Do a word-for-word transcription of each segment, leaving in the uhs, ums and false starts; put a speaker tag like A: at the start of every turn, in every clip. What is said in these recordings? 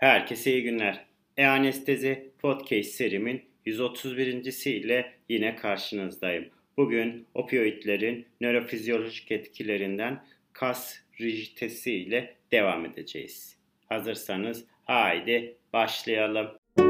A: Herkese iyi günler. E-Anestezi Podcast serimin yüz otuz birincisi ile yine karşınızdayım. Bugün opioidlerin nörofizyolojik etkilerinden kas rigiditesi ile devam edeceğiz. Hazırsanız haydi başlayalım.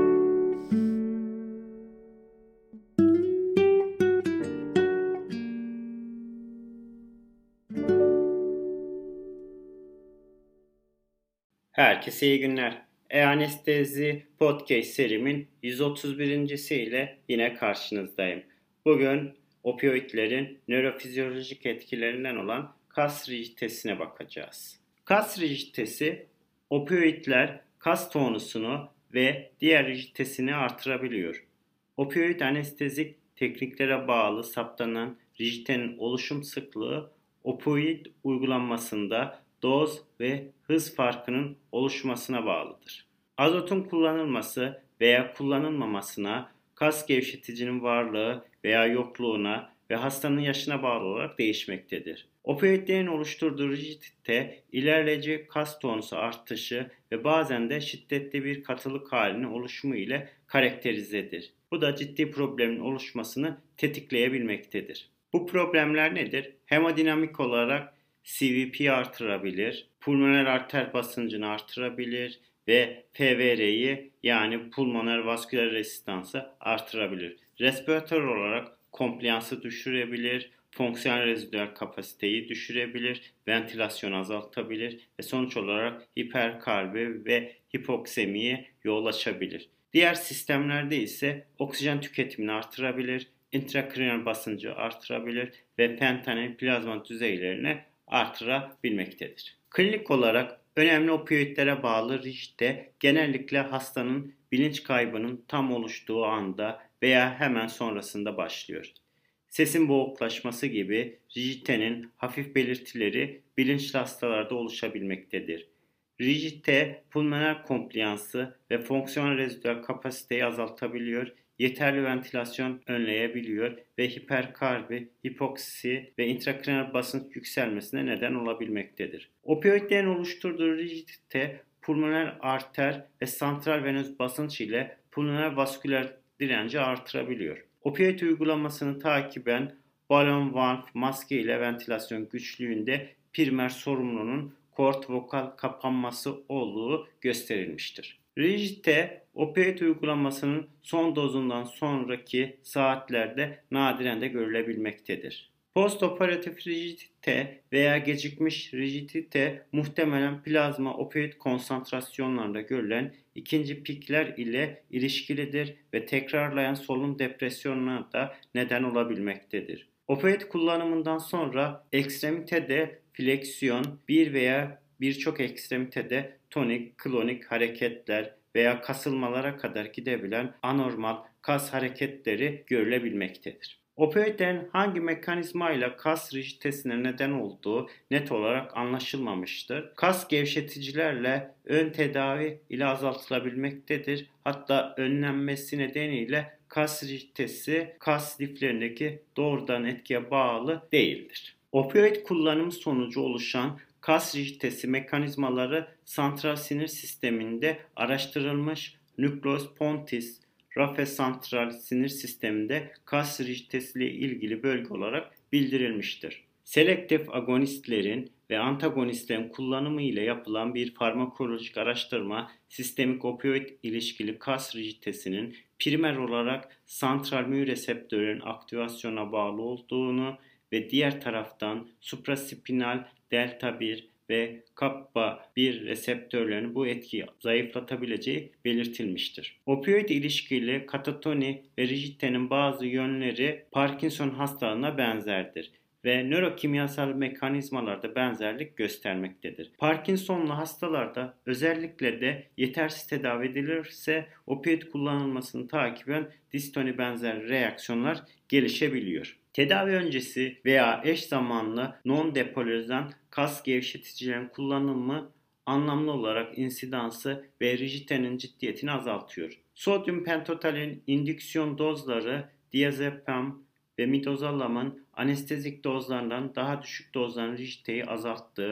A: Herkese iyi günler. E-Anestezi Podcast serimin yüz otuz birincisi ile yine karşınızdayım. Bugün opioidlerin nörofizyolojik etkilerinden olan kas rigiditesine bakacağız. Kas rigiditesi, opioidler kas tonusunu ve diğer rigiditesini artırabiliyor. Opioid anestezik tekniklere bağlı saptanan rigiditenin oluşum sıklığı, opioid uygulanmasında doz ve hız farkının oluşmasına bağlıdır. Azotun kullanılması veya kullanılmamasına, kas gevşeticinin varlığı veya yokluğuna ve hastanın yaşına bağlı olarak değişmektedir. Opioidlerin oluşturduğu rigidite, ilerleyici kas tonusu artışı ve bazen de şiddetli bir katılık halinin oluşumu ile karakterizedir. Bu da ciddi problemin oluşmasını tetikleyebilmektedir. Bu problemler nedir? Hemodinamik olarak C V P artırabilir, pulmoner arter basıncını artırabilir ve P V R'yi yani pulmoner vasküler rezistansı artırabilir. Respiratör olarak kompliyansı düşürebilir, fonksiyonel rezidüel kapasiteyi düşürebilir, ventilasyonu azaltabilir ve sonuç olarak hiperkarbi ve hipoksemiye yol açabilir. Diğer sistemlerde ise oksijen tüketimini artırabilir, intrakraniyal basıncı artırabilir ve fentanyl plazma düzeylerini artırabilmektedir. Klinik olarak önemli opioidlere bağlı rigidite genellikle hastanın bilinç kaybının tam oluştuğu anda veya hemen sonrasında başlıyor. Sesin boğuklaşması gibi rigiditenin hafif belirtileri bilinçli hastalarda oluşabilmektedir. Rigidite, pulmoner kompliyansı ve fonksiyonel rezidüel kapasiteyi azaltabiliyor, yeterli ventilasyon önleyebiliyor ve hiperkarbi, hipoksi ve intrakraniyal basınç yükselmesine neden olabilmektedir. Opioidlerin oluşturduğu rigidite, pulmoner arter ve santral venöz basınç ile pulmoner vasküler direnci artırabiliyor. Opioid uygulamasını takiben balon-valve maske ile ventilasyon güçlüğünde primer sorumlunun kort vokal kapanması olduğu gösterilmiştir. Rigidite, opioid uygulamasının son dozundan sonraki saatlerde nadiren de görülebilmektedir. Postoperatif rigidite veya gecikmiş rigidite muhtemelen plazma opioid konsantrasyonlarında görülen ikinci pikler ile ilişkilidir ve tekrarlayan solunum depresyonuna da neden olabilmektedir. Opioid kullanımından sonra ekstremitede fleksiyon, bir veya birçok ekstremitede tonik, klonik hareketler veya kasılmalara kadar gidebilen anormal kas hareketleri görülebilmektedir. Opioidlerin hangi mekanizmayla kas rigiditesine neden olduğu net olarak anlaşılmamıştır. Kas gevşeticilerle ön tedavi ile azaltılabilmektedir. Hatta önlenmesi nedeniyle kas rigiditesi kas liflerindeki doğrudan etkiye bağlı değildir. Opioid kullanımı sonucu oluşan kas rigiditesi mekanizmaları santral sinir sisteminde araştırılmış, nükleus pontis, rafe santral sinir sisteminde kas rigiditesi ile ilgili bölge olarak bildirilmiştir. Selektif agonistlerin ve antagonistlerin kullanımı ile yapılan bir farmakolojik araştırma, sistemik opioid ilişkili kas rigiditesinin primer olarak santral mu reseptörün aktivasyona bağlı olduğunu ve diğer taraftan supraspinal delta bir ve kappa bir reseptörlerinin bu etkiyi zayıflatabileceği belirtilmiştir. Opioid ilişkili katatoni ve rigiditenin bazı yönleri Parkinson hastalığına benzerdir ve nörokimyasal mekanizmalarda benzerlik göstermektedir. Parkinsonlu hastalarda özellikle de yetersiz tedavi edilirse opioid kullanılmasını takiben distoni benzer reaksiyonlar gelişebiliyor. Tedavi öncesi veya eş zamanlı non-depolarizan kas gevşeticilerin kullanımı anlamlı olarak insidansı ve rigiditenin ciddiyetini azaltıyor. Sodyum pentotalin indüksiyon dozları diazepam ve midazolamın anestezik dozlarından daha düşük dozların rigiditeyi azalttığı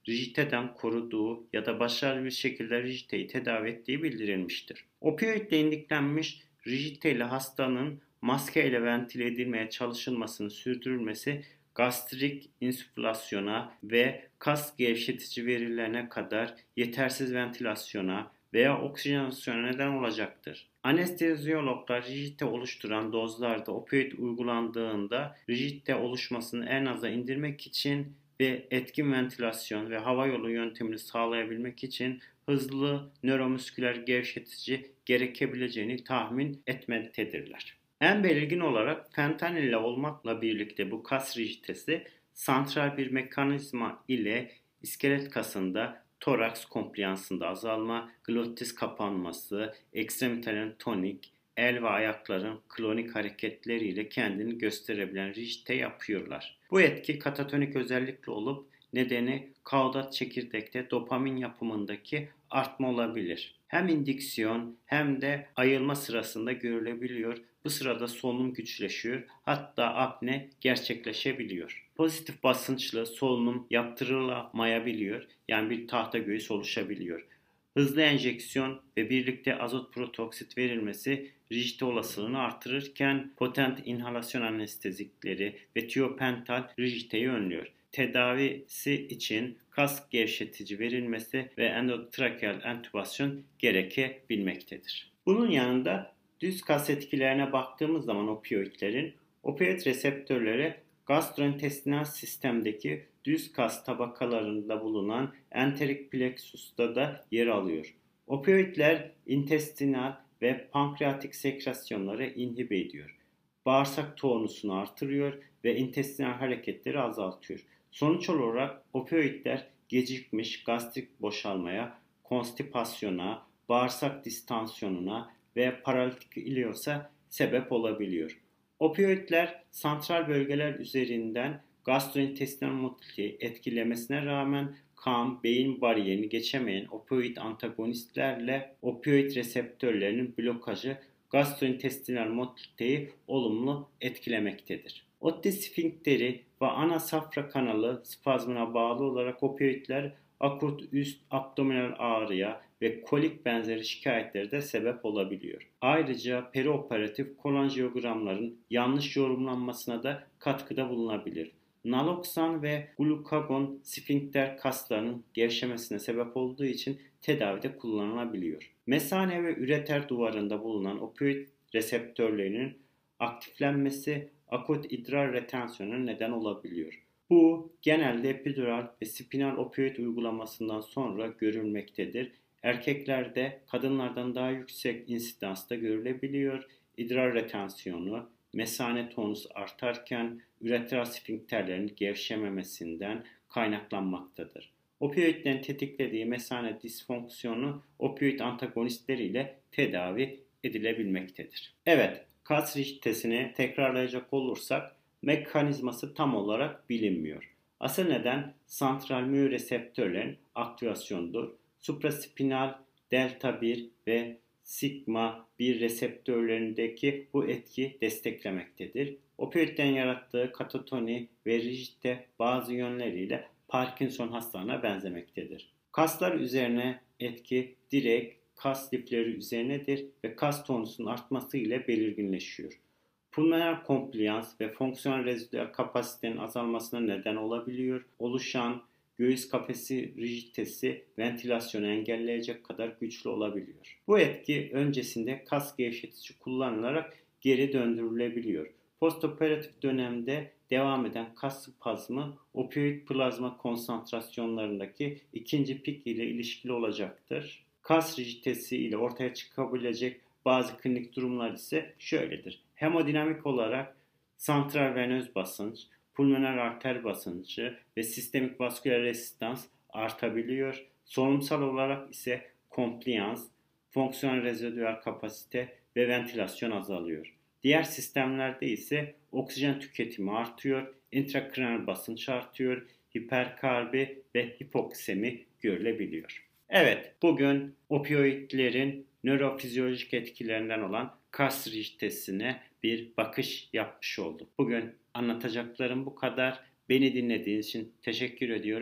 A: rijiteden koruduğu ya da başarılı bir şekilde rijiteyi tedavi ettiği bildirilmiştir. Opioidle indiklenmiş rijite ile hastanın maske ile ventile edilmeye çalışılmasının sürdürülmesi gastrik insüflasyona ve kas gevşetici verilerine kadar yetersiz ventilasyona veya oksijenasyona neden olacaktır. Anestezyologlar rijite oluşturan dozlarda opioid uygulandığında rijite oluşmasını en aza indirmek için ve etkin ventilasyon ve hava yolu yöntemini sağlayabilmek için hızlı nöromüsküler gevşetici gerekebileceğini tahmin etmektedirler. En belirgin olarak fentanil ile olmakla birlikte bu kas rijitesi santral bir mekanizma ile iskelet kasında toraks kompliyansında azalma, glotis kapanması, ekstremitelerin tonik, el ve ayakların klonik hareketleriyle kendini gösterebilen rijite yapıyorlar. Bu etki katatonik özellikle olup nedeni kaudat çekirdekte dopamin yapımındaki artma olabilir. Hem indiksiyon hem de ayılma sırasında görülebiliyor. Bu sırada solunum güçleşiyor, hatta apne gerçekleşebiliyor. Pozitif basınçlı solunum yaptırılamayabiliyor, yani bir tahta göğüs oluşabiliyor. Hızlı enjeksiyon ve birlikte azot protoksit verilmesi rijite olasılığını artırırken potent inhalasyon anestezikleri ve tiopental rijiteyi önlüyor. Tedavisi için kas gevşetici verilmesi ve endotrakeal entübasyon gerekebilmektedir. Bunun yanında düz kas etkilerine baktığımız zaman opioidlerin, opioid reseptörleri gastrointestinal sistemdeki düz kas tabakalarında bulunan enterik plexus'ta da yer alıyor. Opioidler intestinal ve pankreatik sekresyonları inhibe ediyor. Bağırsak tonusunu artırıyor ve intestinal hareketleri azaltıyor. Sonuç olarak opioidler gecikmiş gastrik boşalmaya, konstipasyona, bağırsak distansiyonuna ve paralitik iliosa sebep olabiliyor. Opioidler santral bölgeler üzerinden gastrointestinal motiliteyi etkilemesine rağmen kan-beyin bariyerini geçemeyen opioid antagonistlerle opioid reseptörlerinin blokajı gastrointestinal motiliteyi olumlu etkilemektedir. Otti sfinkteri ve ana safra kanalı spazmına bağlı olarak opioidler akut üst abdominal ağrıya ve kolik benzeri şikayetlere de sebep olabiliyor. Ayrıca perioperatif kolanjiyogramların yanlış yorumlanmasına da katkıda bulunabilir. Naloksan ve glukagon sfinkter kaslarının gevşemesine sebep olduğu için tedavide kullanılabiliyor. Mesane ve üreter duvarında bulunan opioid reseptörlerinin aktiflenmesi akut idrar retensyonuna neden olabiliyor. Bu genelde epidural ve spinal opioid uygulamasından sonra görülmektedir. Erkeklerde kadınlardan daha yüksek insidansta görülebiliyor. İdrar retensyonu, mesane tonus artarken üreter sfinkterlerin gevşememesinden kaynaklanmaktadır. Opioidlerin tetiklediği mesane disfonksiyonu opioid antagonistleriyle tedavi edilebilmektedir. Evet, kas rijitesini tekrarlayacak olursak mekanizması tam olarak bilinmiyor. Asıl neden santral müreseptörlerin aktivasyonudur. Supraspinal delta bir ve sigma bir reseptörlerindeki bu etki desteklemektedir. Opioidden yarattığı katatoni ve rijite bazı yönleriyle Parkinson hastalığına benzemektedir. Kaslar üzerine etki direkt kas lifleri üzerinedir ve kas tonusunun artması ile belirginleşiyor. Pulmoner komplikans ve fonksiyonel rezidüel kapasitenin azalmasına neden olabiliyor. Oluşan göğüs kafesi rijitesi ventilasyonu engelleyecek kadar güçlü olabiliyor. Bu etki öncesinde kas gevşetici kullanılarak geri döndürülebiliyor. Postoperatif dönemde devam eden kas spazmı opioid plazma konsantrasyonlarındaki ikinci pik ile ilişkili olacaktır. Kas rijitesi ile ortaya çıkabilecek bazı klinik durumlar ise şöyledir. Hemodinamik olarak santral venöz basınç, pulmoner arter basıncı ve sistemik vasküler rezistans artabiliyor. Solunumsal olarak ise kompliyans, fonksiyonel rezidüel kapasite ve ventilasyon azalıyor. Diğer sistemlerde ise oksijen tüketimi artıyor, intrakraniyal basınç artıyor, hiperkarbi ve hipoksemi görülebiliyor. Evet, bugün opioidlerin nörofizyolojik etkilerinden olan kas rijitesine bir bakış yapmış olduk. Bugün anlatacaklarım bu kadar. Beni dinlediğiniz için teşekkür ediyorum.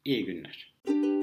A: İyi günler.